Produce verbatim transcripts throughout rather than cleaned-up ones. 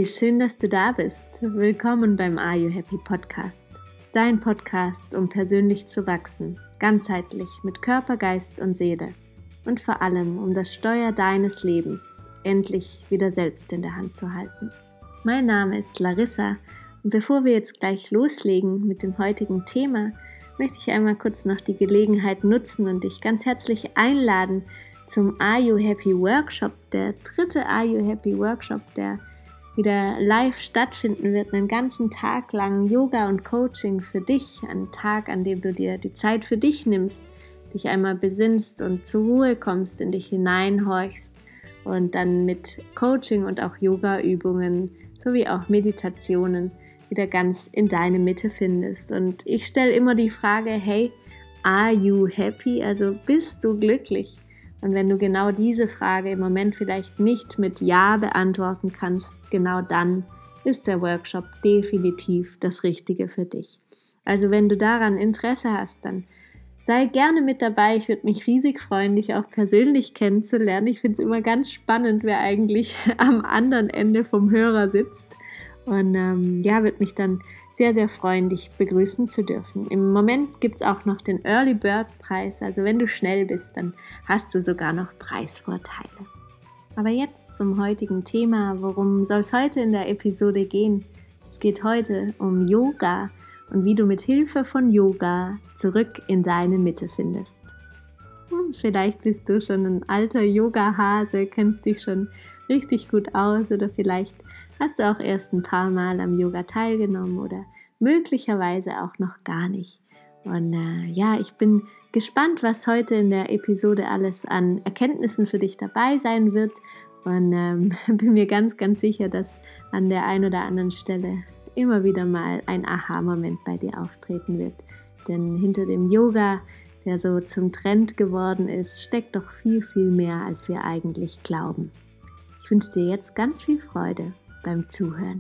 schön, dass du da bist. Willkommen beim Are You Happy Podcast. Dein Podcast, um persönlich zu wachsen, ganzheitlich mit Körper, Geist und Seele. Und vor allem, um das Steuer deines Lebens endlich wieder selbst in der Hand zu halten. Mein Name ist Larissa und bevor wir jetzt gleich loslegen mit dem heutigen Thema, möchte ich einmal kurz noch die Gelegenheit nutzen und dich ganz herzlich einladen zum Are You Happy Workshop, der dritte Are You Happy Workshop, der wieder live stattfinden wird, einen ganzen Tag lang Yoga und Coaching für dich, einen Tag, an dem du dir die Zeit für dich nimmst, dich einmal besinnst und zur Ruhe kommst, in dich hineinhorchst und dann mit Coaching und auch Yoga-Übungen sowie auch Meditationen wieder ganz in deine Mitte findest. Und ich stelle immer die Frage, hey, are you happy? Also bist du glücklich? Und wenn du genau diese Frage im Moment vielleicht nicht mit Ja beantworten kannst, genau dann ist der Workshop definitiv das Richtige für dich. Also wenn du daran Interesse hast, dann sei gerne mit dabei. Ich würde mich riesig freuen, dich auch persönlich kennenzulernen. Ich finde es immer ganz spannend, wer eigentlich am anderen Ende vom Hörer sitzt. Und ähm, ja, würde mich dann sehr, sehr freuen, dich begrüßen zu dürfen. Im Moment gibt es auch noch den Early Bird Preis. Also wenn du schnell bist, dann hast du sogar noch Preisvorteile. Aber jetzt zum heutigen Thema. Worum soll es heute in der Episode gehen? Es geht heute um Yoga und wie du mit Hilfe von Yoga zurück in deine Mitte findest. Hm, vielleicht bist du schon ein alter Yoga-Hase, kennst dich schon richtig gut aus oder vielleicht hast du auch erst ein paar Mal am Yoga teilgenommen oder möglicherweise auch noch gar nicht. Und äh, ja, ich bin gespannt, was heute in der Episode alles an Erkenntnissen für dich dabei sein wird und ähm, bin mir ganz, ganz sicher, dass an der einen oder anderen Stelle immer wieder mal ein Aha-Moment bei dir auftreten wird. Denn hinter dem Yoga, der so zum Trend geworden ist, steckt doch viel, viel mehr, als wir eigentlich glauben. Ich wünsche dir jetzt ganz viel Freude beim Zuhören.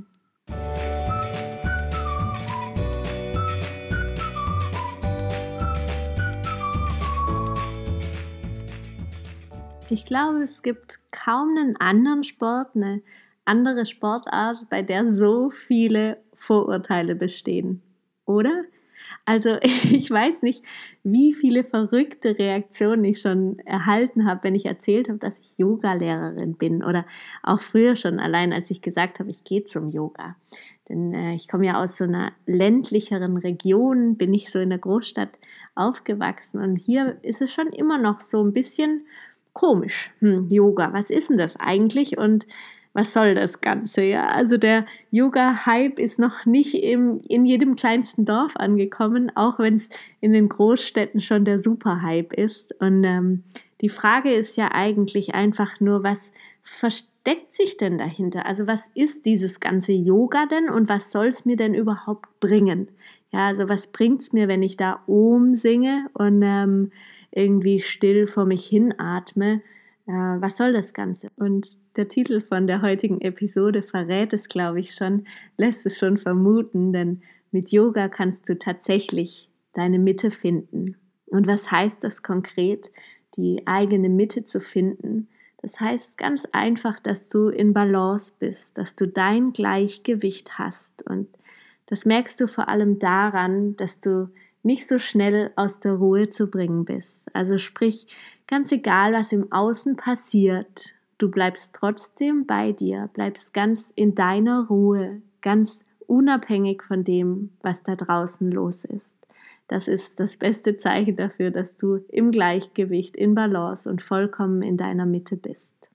Ich glaube, es gibt kaum einen anderen Sport, eine andere Sportart, bei der so viele Vorurteile bestehen, oder? Also ich weiß nicht, wie viele verrückte Reaktionen ich schon erhalten habe, wenn ich erzählt habe, dass ich Yogalehrerin bin oder auch früher schon, allein als ich gesagt habe, ich gehe zum Yoga. Denn äh, ich komme ja aus so einer ländlicheren Region, bin nicht so in der Großstadt aufgewachsen und hier ist es schon immer noch so ein bisschen komisch. Hm, Yoga, was ist denn das eigentlich und was soll das Ganze? Ja, also der Yoga-Hype ist noch nicht im, in jedem kleinsten Dorf angekommen, auch wenn es in den Großstädten schon der Super-Hype ist. Und ähm, die Frage ist ja eigentlich einfach nur, was versteckt sich denn dahinter? Also was ist dieses ganze Yoga denn und was soll es mir denn überhaupt bringen? Ja, also was bringt es mir, wenn ich da Om singe und ähm, irgendwie still vor mich hin atme? Uh, was soll das Ganze? Und der Titel von der heutigen Episode verrät es, glaube ich, schon, lässt es schon vermuten, denn mit Yoga kannst du tatsächlich deine Mitte finden. Und was heißt das konkret, die eigene Mitte zu finden? Das heißt ganz einfach, dass du in Balance bist, dass du dein Gleichgewicht hast. Und das merkst du vor allem daran, dass du nicht so schnell aus der Ruhe zu bringen bist. Also sprich, ganz egal, was im Außen passiert, du bleibst trotzdem bei dir, bleibst ganz in deiner Ruhe, ganz unabhängig von dem, was da draußen los ist. Das ist das beste Zeichen dafür, dass du im Gleichgewicht, in Balance und vollkommen in deiner Mitte bist.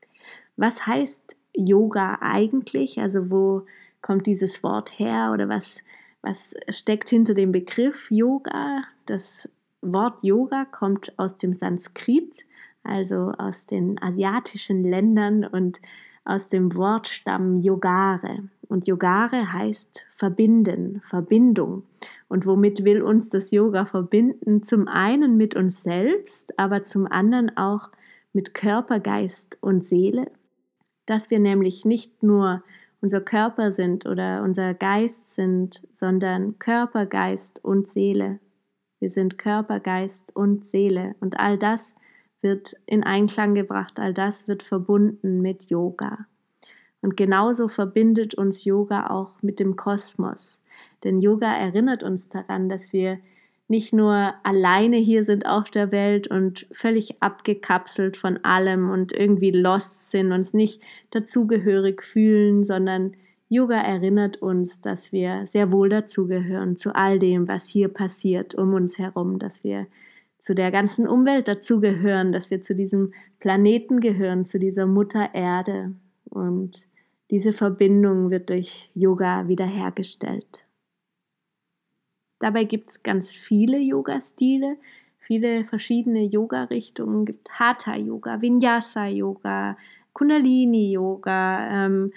Was heißt Yoga eigentlich? Also wo kommt dieses Wort her oder was Was steckt hinter dem Begriff Yoga? Das Wort Yoga kommt aus dem Sanskrit, also aus den asiatischen Ländern und aus dem Wortstamm Yogare. Und Yogare heißt verbinden, Verbindung. Und womit will uns das Yoga verbinden? Zum einen mit uns selbst, aber zum anderen auch mit Körper, Geist und Seele. Dass wir nämlich nicht nur unser Körper sind oder unser Geist sind, sondern Körper, Geist und Seele. Wir sind Körper, Geist und Seele und all das wird in Einklang gebracht, all das wird verbunden mit Yoga. Und genauso verbindet uns Yoga auch mit dem Kosmos. Denn Yoga erinnert uns daran, dass wir nicht nur alleine hier sind auf der Welt und völlig abgekapselt von allem und irgendwie lost sind, uns nicht dazugehörig fühlen, sondern Yoga erinnert uns, dass wir sehr wohl dazugehören zu all dem, was hier passiert um uns herum, dass wir zu der ganzen Umwelt dazugehören, dass wir zu diesem Planeten gehören, zu dieser Mutter Erde. Und diese Verbindung wird durch Yoga wiederhergestellt. Dabei gibt es ganz viele Yoga-Stile, viele verschiedene Yoga-Richtungen. Es gibt Hatha-Yoga, Vinyasa-Yoga, Kundalini-Yoga, ähm,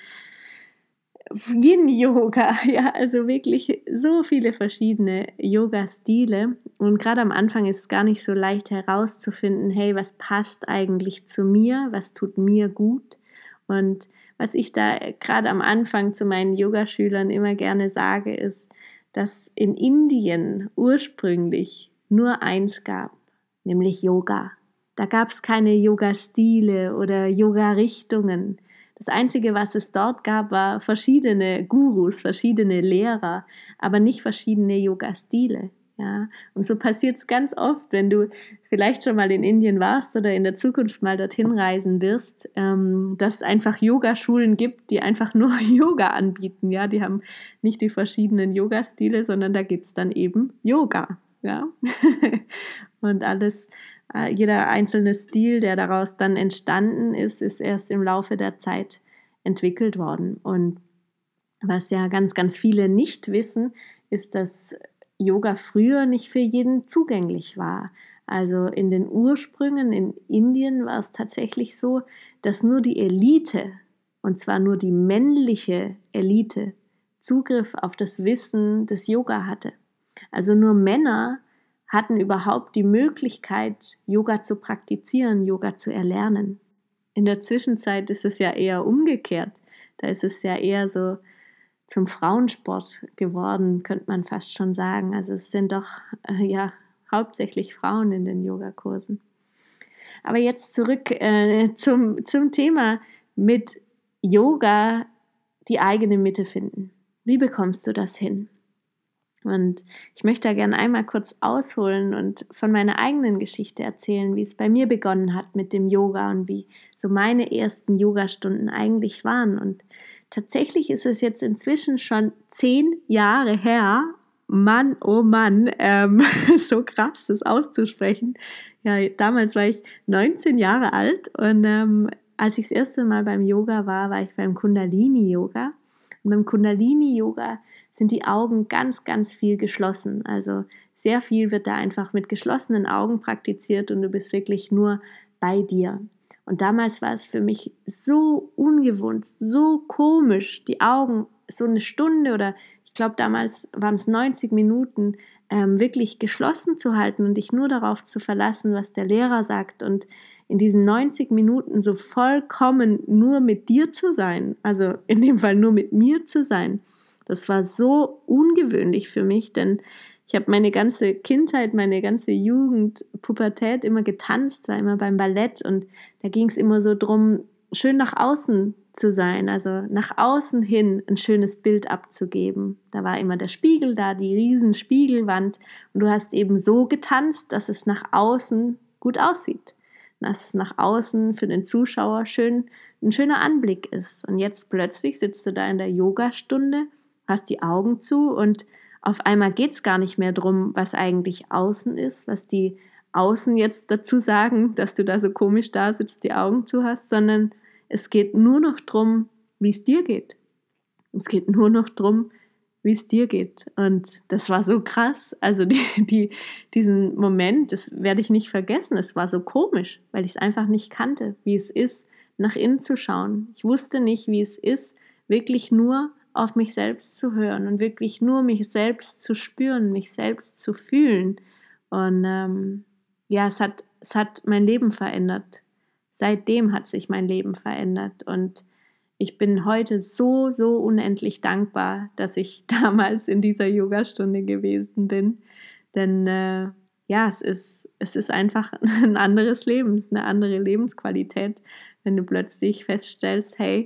Yin-Yoga, ja, also wirklich so viele verschiedene Yoga-Stile. Und gerade am Anfang ist es gar nicht so leicht herauszufinden, hey, was passt eigentlich zu mir, was tut mir gut? Und was ich da gerade am Anfang zu meinen Yogaschülern immer gerne sage, ist, dass in Indien ursprünglich nur eins gab, nämlich Yoga. Da gab es keine Yoga-Stile oder Yoga-Richtungen. Das Einzige, was es dort gab, war verschiedene Gurus, verschiedene Lehrer, aber nicht verschiedene Yoga-Stile. Ja? Und so passiert es ganz oft, wenn du vielleicht schon mal in Indien warst oder in der Zukunft mal dorthin reisen wirst, ähm, dass es einfach Yogaschulen gibt, die einfach nur Yoga anbieten. Ja? Die haben nicht die verschiedenen Yoga-Stile, sondern da gibt es dann eben Yoga. Ja? Und alles, äh, jeder einzelne Stil, der daraus dann entstanden ist, ist erst im Laufe der Zeit entwickelt worden. Und was ja ganz, ganz viele nicht wissen, ist, dass Yoga früher nicht für jeden zugänglich war. Also in den Ursprüngen in Indien war es tatsächlich so, dass nur die Elite, und zwar nur die männliche Elite, Zugriff auf das Wissen des Yoga hatte. Also nur Männer hatten überhaupt die Möglichkeit, Yoga zu praktizieren, Yoga zu erlernen. In der Zwischenzeit ist es ja eher umgekehrt. Da ist es ja eher so zum Frauensport geworden, könnte man fast schon sagen. Also es sind doch äh, ja hauptsächlich Frauen in den Yogakursen. Aber jetzt zurück äh, zum, zum Thema mit Yoga die eigene Mitte finden. Wie bekommst du das hin? Und ich möchte da gerne einmal kurz ausholen und von meiner eigenen Geschichte erzählen, wie es bei mir begonnen hat mit dem Yoga und wie so meine ersten Yogastunden eigentlich waren. Und tatsächlich ist es jetzt inzwischen schon zehn Jahre her. Mann, oh Mann, ähm, so krass, das auszusprechen. Ja, damals war ich neunzehn Jahre alt und ähm, als ich das erste Mal beim Yoga war, war ich beim Kundalini-Yoga. Und beim Kundalini-Yoga sind die Augen ganz, ganz viel geschlossen. Also sehr viel wird da einfach mit geschlossenen Augen praktiziert und du bist wirklich nur bei dir. Und damals war es für mich so ungewohnt, so komisch, die Augen so eine Stunde oder ich glaube damals waren es neunzig Minuten ähm, wirklich geschlossen zu halten und dich nur darauf zu verlassen, was der Lehrer sagt und in diesen neunzig Minuten so vollkommen nur mit dir zu sein, also in dem Fall nur mit mir zu sein. Das war so ungewöhnlich für mich, denn ich habe meine ganze Kindheit, meine ganze Jugend, Pubertät immer getanzt, war immer beim Ballett und da ging es immer so drum, schön nach außen zu sein, also nach außen hin ein schönes Bild abzugeben. Da war immer der Spiegel da, die riesen Spiegelwand und du hast eben so getanzt, dass es nach außen gut aussieht, dass es nach außen für den Zuschauer schön, ein schöner Anblick ist. Und jetzt plötzlich sitzt du da in der Yogastunde, hast die Augen zu und auf einmal geht es gar nicht mehr drum, was eigentlich außen ist, was die Außen jetzt dazu sagen, dass du da so komisch da sitzt, die Augen zu hast, sondern es geht nur noch drum, wie es dir geht. Es geht nur noch drum, wie es dir geht. Und das war so krass. Also die, die, diesen Moment, das werde ich nicht vergessen. Es war so komisch, weil ich es einfach nicht kannte, wie es ist, nach innen zu schauen. Ich wusste nicht, wie es ist, wirklich nur auf mich selbst zu hören und wirklich nur mich selbst zu spüren, mich selbst zu fühlen. Und ähm, ja, es hat, es hat mein Leben verändert. Seitdem hat sich mein Leben verändert und ich bin heute so, so unendlich dankbar, dass ich damals in dieser Yogastunde gewesen bin, denn äh, ja, es ist, es ist einfach ein anderes Leben, eine andere Lebensqualität, wenn du plötzlich feststellst, hey,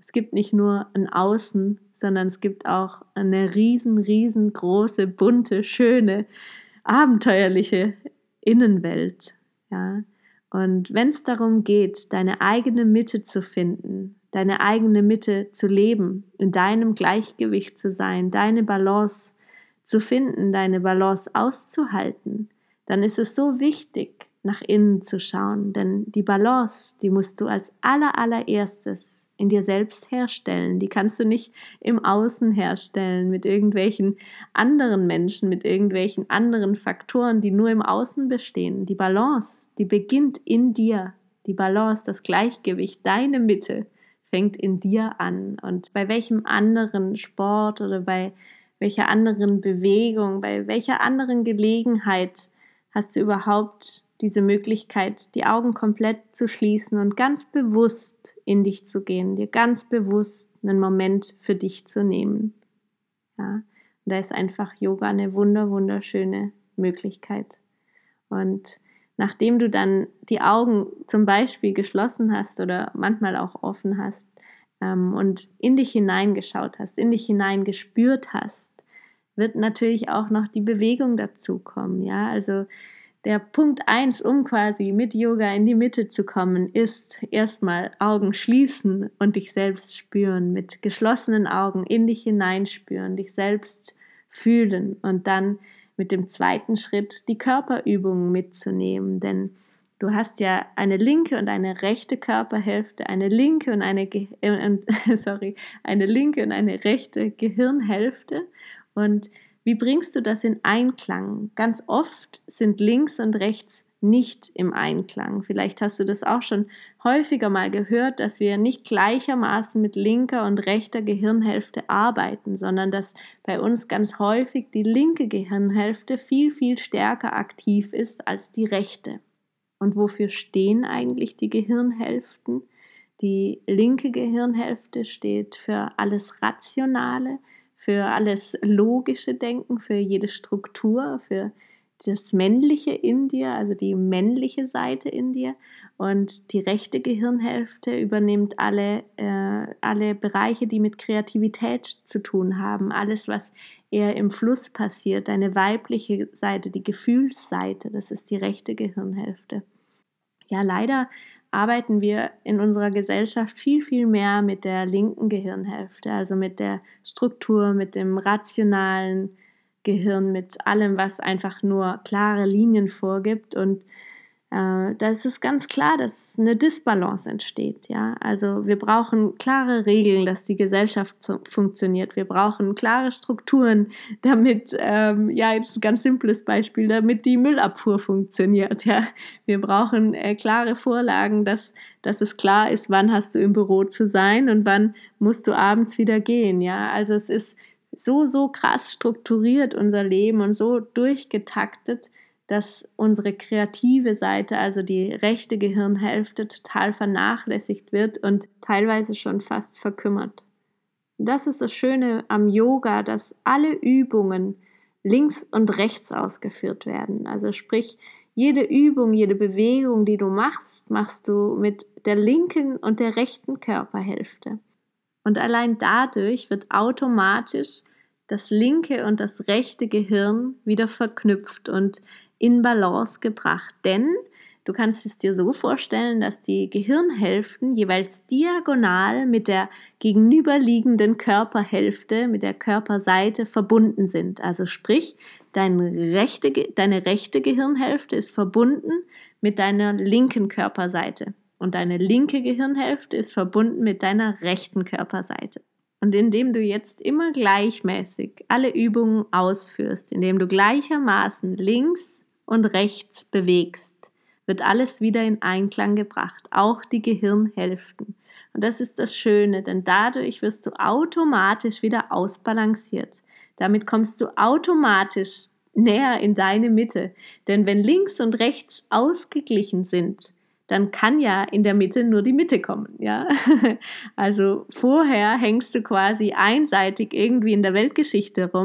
Es gibt nicht nur ein Außen, sondern es gibt auch eine riesen, riesengroße, bunte, schöne, abenteuerliche Innenwelt. Ja? Und wenn es darum geht, deine eigene Mitte zu finden, deine eigene Mitte zu leben, in deinem Gleichgewicht zu sein, deine Balance zu finden, deine Balance auszuhalten, dann ist es so wichtig, nach innen zu schauen, denn die Balance, die musst du als aller, allererstes in dir selbst herstellen. Die kannst du nicht im Außen herstellen mit irgendwelchen anderen Menschen, mit irgendwelchen anderen Faktoren, die nur im Außen bestehen. Die Balance, die beginnt in dir. Die Balance, das Gleichgewicht, deine Mitte fängt in dir an. Und bei welchem anderen Sport oder bei welcher anderen Bewegung, bei welcher anderen Gelegenheit hast du überhaupt diese Möglichkeit, die Augen komplett zu schließen und ganz bewusst in dich zu gehen, dir ganz bewusst einen Moment für dich zu nehmen. Ja, und da ist einfach Yoga eine wunder, wunderschöne Möglichkeit. Und nachdem du dann die Augen zum Beispiel geschlossen hast oder manchmal auch offen hast ähm, und in dich hineingeschaut hast, in dich hineingespürt hast, wird natürlich auch noch die Bewegung dazukommen. Ja, also der Punkt eins, um quasi mit Yoga in die Mitte zu kommen, ist erstmal Augen schließen und dich selbst spüren, mit geschlossenen Augen in dich hineinspüren, dich selbst fühlen und dann mit dem zweiten Schritt die Körperübungen mitzunehmen, denn du hast ja eine linke und eine rechte Körperhälfte, eine linke und eine Ge- äh, sorry, eine linke und eine rechte Gehirnhälfte. Und wie bringst du das in Einklang? Ganz oft sind links und rechts nicht im Einklang. Vielleicht hast du das auch schon häufiger mal gehört, dass wir nicht gleichermaßen mit linker und rechter Gehirnhälfte arbeiten, sondern dass bei uns ganz häufig die linke Gehirnhälfte viel, viel stärker aktiv ist als die rechte. Und wofür stehen eigentlich die Gehirnhälften? Die linke Gehirnhälfte steht für alles Rationale, für alles logische Denken, für jede Struktur, für das Männliche in dir, also die männliche Seite in dir. Und die rechte Gehirnhälfte übernimmt alle, äh, alle Bereiche, die mit Kreativität zu tun haben. Alles, was eher im Fluss passiert. Deine weibliche Seite, die Gefühlsseite, das ist die rechte Gehirnhälfte. Ja, leider arbeiten wir in unserer Gesellschaft viel, viel mehr mit der linken Gehirnhälfte, also mit der Struktur, mit dem rationalen Gehirn, mit allem, was einfach nur klare Linien vorgibt. Und äh, da ist es ganz klar, dass eine Disbalance entsteht. Ja? Also wir brauchen klare Regeln, dass die Gesellschaft so funktioniert. Wir brauchen klare Strukturen, damit, ähm, ja, jetzt ein ganz simples Beispiel, damit die Müllabfuhr funktioniert. Ja? Wir brauchen äh, klare Vorlagen, dass, dass es klar ist, wann hast du im Büro zu sein und wann musst du abends wieder gehen. Ja? Also es ist so, so krass strukturiert, unser Leben, und so durchgetaktet, dass unsere kreative Seite, also die rechte Gehirnhälfte, total vernachlässigt wird und teilweise schon fast verkümmert. Das ist das Schöne am Yoga, dass alle Übungen links und rechts ausgeführt werden. Also sprich, jede Übung, jede Bewegung, die du machst, machst du mit der linken und der rechten Körperhälfte. Und allein dadurch wird automatisch das linke und das rechte Gehirn wieder verknüpft und in Balance gebracht. Denn du kannst es dir so vorstellen, dass die Gehirnhälften jeweils diagonal mit der gegenüberliegenden Körperhälfte, mit der Körperseite verbunden sind. Also sprich, dein rechte, deine rechte Gehirnhälfte ist verbunden mit deiner linken Körperseite. Und deine linke Gehirnhälfte ist verbunden mit deiner rechten Körperseite. Und indem du jetzt immer gleichmäßig alle Übungen ausführst, indem du gleichermaßen links und rechts bewegst, wird alles wieder in Einklang gebracht, auch die Gehirnhälften. Und das ist das Schöne, denn dadurch wirst du automatisch wieder ausbalanciert. Damit kommst du automatisch näher in deine Mitte. Denn wenn links und rechts ausgeglichen sind, dann kann ja in der Mitte nur die Mitte kommen, ja. Also vorher hängst du quasi einseitig irgendwie in der Weltgeschichte rum,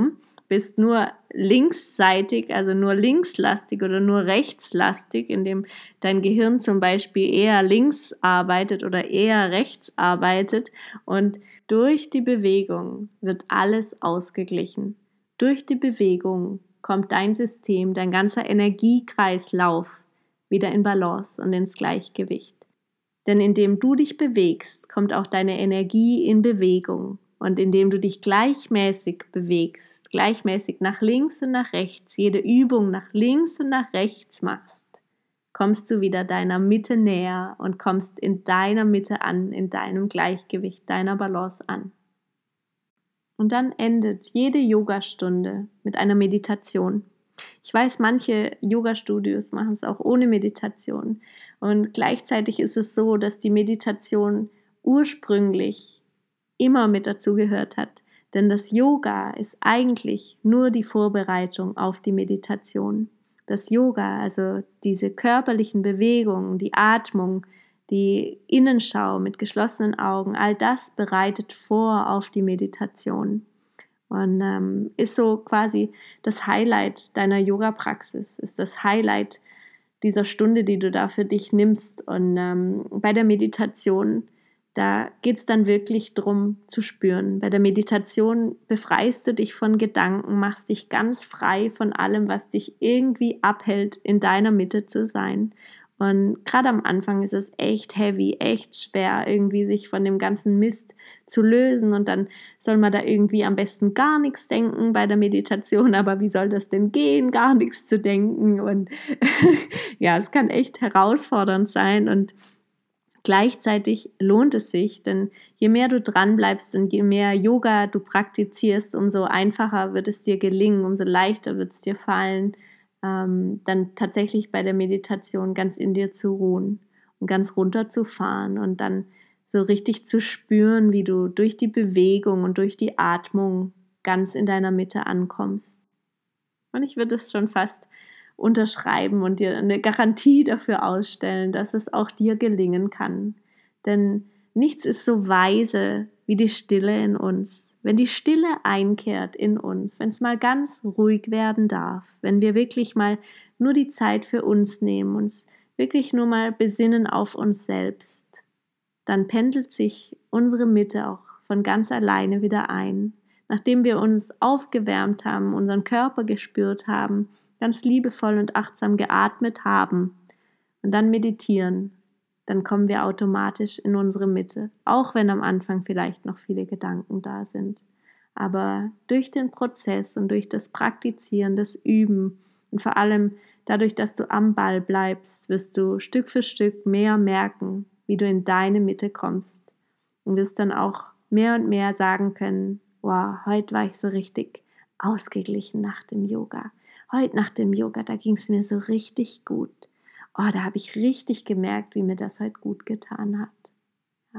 bist nur linksseitig, also nur linkslastig oder nur rechtslastig, indem dein Gehirn zum Beispiel eher links arbeitet oder eher rechts arbeitet. Und durch die Bewegung wird alles ausgeglichen. Durch die Bewegung kommt dein System, dein ganzer Energiekreislauf wieder in Balance und ins Gleichgewicht. Denn indem du dich bewegst, kommt auch deine Energie in Bewegung. Und indem du dich gleichmäßig bewegst, gleichmäßig nach links und nach rechts, jede Übung nach links und nach rechts machst, kommst du wieder deiner Mitte näher und kommst in deiner Mitte an, in deinem Gleichgewicht, deiner Balance an. Und dann endet jede Yogastunde mit einer Meditation. Ich weiß, manche Yoga-Studios machen es auch ohne Meditation. Und gleichzeitig ist es so, dass die Meditation ursprünglich immer mit dazugehört hat. Denn das Yoga ist eigentlich nur die Vorbereitung auf die Meditation. Das Yoga, also diese körperlichen Bewegungen, die Atmung, die Innenschau mit geschlossenen Augen, all das bereitet vor auf die Meditation. Und ähm, ist so quasi das Highlight deiner Yoga-Praxis, ist das Highlight dieser Stunde, die du da für dich nimmst. Und ähm, bei der Meditation, da geht es dann wirklich darum zu spüren. Bei der Meditation befreist du dich von Gedanken, machst dich ganz frei von allem, was dich irgendwie abhält, in deiner Mitte zu sein. Und gerade am Anfang ist es echt heavy, echt schwer, irgendwie sich von dem ganzen Mist zu lösen. Und dann soll man da irgendwie am besten gar nichts denken bei der Meditation. Aber wie soll das denn gehen, gar nichts zu denken? Und ja, es kann echt herausfordernd sein. Und gleichzeitig lohnt es sich, denn je mehr du dran bleibst und je mehr Yoga du praktizierst, umso einfacher wird es dir gelingen, umso leichter wird es dir fallen, ähm, dann tatsächlich bei der Meditation ganz in dir zu ruhen und ganz runterzufahren und dann so richtig zu spüren, wie du durch die Bewegung und durch die Atmung ganz in deiner Mitte ankommst. Und ich würde es schon fast unterschreiben und dir eine Garantie dafür ausstellen, dass es auch dir gelingen kann. Denn nichts ist so weise wie die Stille in uns. Wenn die Stille einkehrt in uns, wenn es mal ganz ruhig werden darf, wenn wir wirklich mal nur die Zeit für uns nehmen, uns wirklich nur mal besinnen auf uns selbst, dann pendelt sich unsere Mitte auch von ganz alleine wieder ein. Nachdem wir uns aufgewärmt haben, unseren Körper gespürt haben, ganz liebevoll und achtsam geatmet haben und dann meditieren, dann kommen wir automatisch in unsere Mitte, auch wenn am Anfang vielleicht noch viele Gedanken da sind. Aber durch den Prozess und durch das Praktizieren, das Üben und vor allem dadurch, dass du am Ball bleibst, wirst du Stück für Stück mehr merken, wie du in deine Mitte kommst und wirst dann auch mehr und mehr sagen können, wow, heute war ich so richtig ausgeglichen nach dem Yoga. Heute nach dem Yoga, da ging es mir so richtig gut. Oh, da habe ich richtig gemerkt, wie mir das heute gut getan hat. Ja.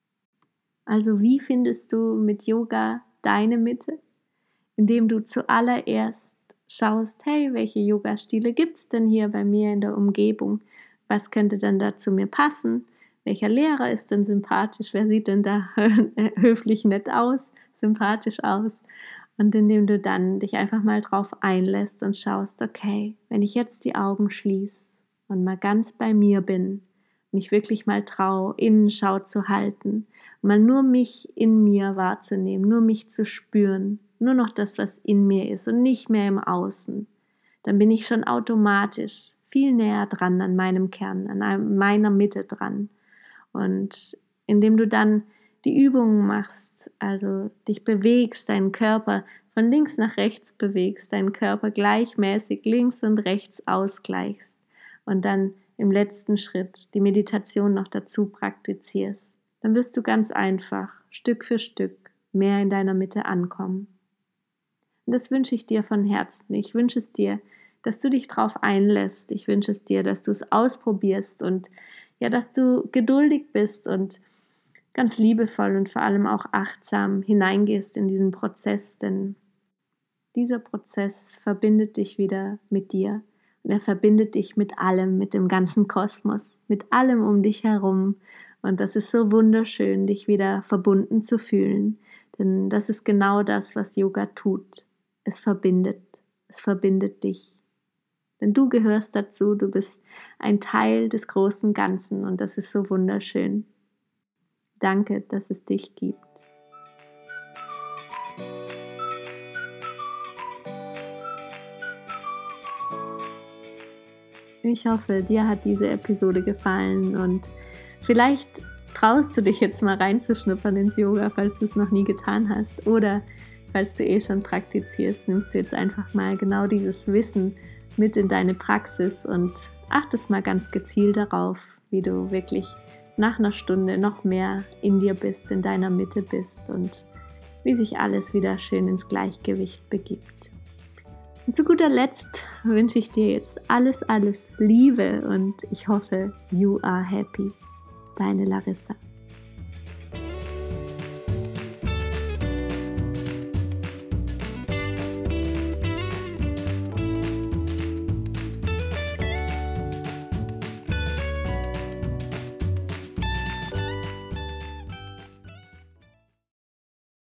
Also wie findest du mit Yoga deine Mitte? Indem du zuallererst schaust, hey, welche Yoga-Stile gibt es denn hier bei mir in der Umgebung? Was könnte denn da zu mir passen? Welcher Lehrer ist denn sympathisch? Wer sieht denn da höflich nett aus, sympathisch aus? Und indem du dann dich einfach mal drauf einlässt und schaust, okay, wenn ich jetzt die Augen schließe und mal ganz bei mir bin, mich wirklich mal traue, Innenschau zu halten und mal nur mich in mir wahrzunehmen, nur mich zu spüren, nur noch das, was in mir ist und nicht mehr im Außen, dann bin ich schon automatisch viel näher dran an meinem Kern, an meiner Mitte dran. Und indem du dann die Übungen machst, also dich bewegst, deinen Körper von links nach rechts bewegst, deinen Körper gleichmäßig links und rechts ausgleichst und dann im letzten Schritt die Meditation noch dazu praktizierst, dann wirst du ganz einfach Stück für Stück mehr in deiner Mitte ankommen. Und das wünsche ich dir von Herzen. Ich wünsche es dir, dass du dich drauf einlässt. Ich wünsche es dir, dass du es ausprobierst und ja, dass du geduldig bist und ganz liebevoll und vor allem auch achtsam hineingehst in diesen Prozess, denn dieser Prozess verbindet dich wieder mit dir und er verbindet dich mit allem, mit dem ganzen Kosmos, mit allem um dich herum und das ist so wunderschön, dich wieder verbunden zu fühlen, denn das ist genau das, was Yoga tut. es verbindet, es verbindet dich. Denn du gehörst dazu, du bist ein Teil des großen Ganzen und das ist so wunderschön. Danke, dass es dich gibt. Ich hoffe, dir hat diese Episode gefallen und vielleicht traust du dich jetzt mal reinzuschnuppern ins Yoga, falls du es noch nie getan hast, oder falls du eh schon praktizierst, nimmst du jetzt einfach mal genau dieses Wissen mit in deine Praxis und achtest mal ganz gezielt darauf, wie du wirklich nach einer Stunde noch mehr in dir bist, in deiner Mitte bist und wie sich alles wieder schön ins Gleichgewicht begibt. Und zu guter Letzt wünsche ich dir jetzt alles, alles Liebe und ich hoffe, you are happy. Deine Larissa.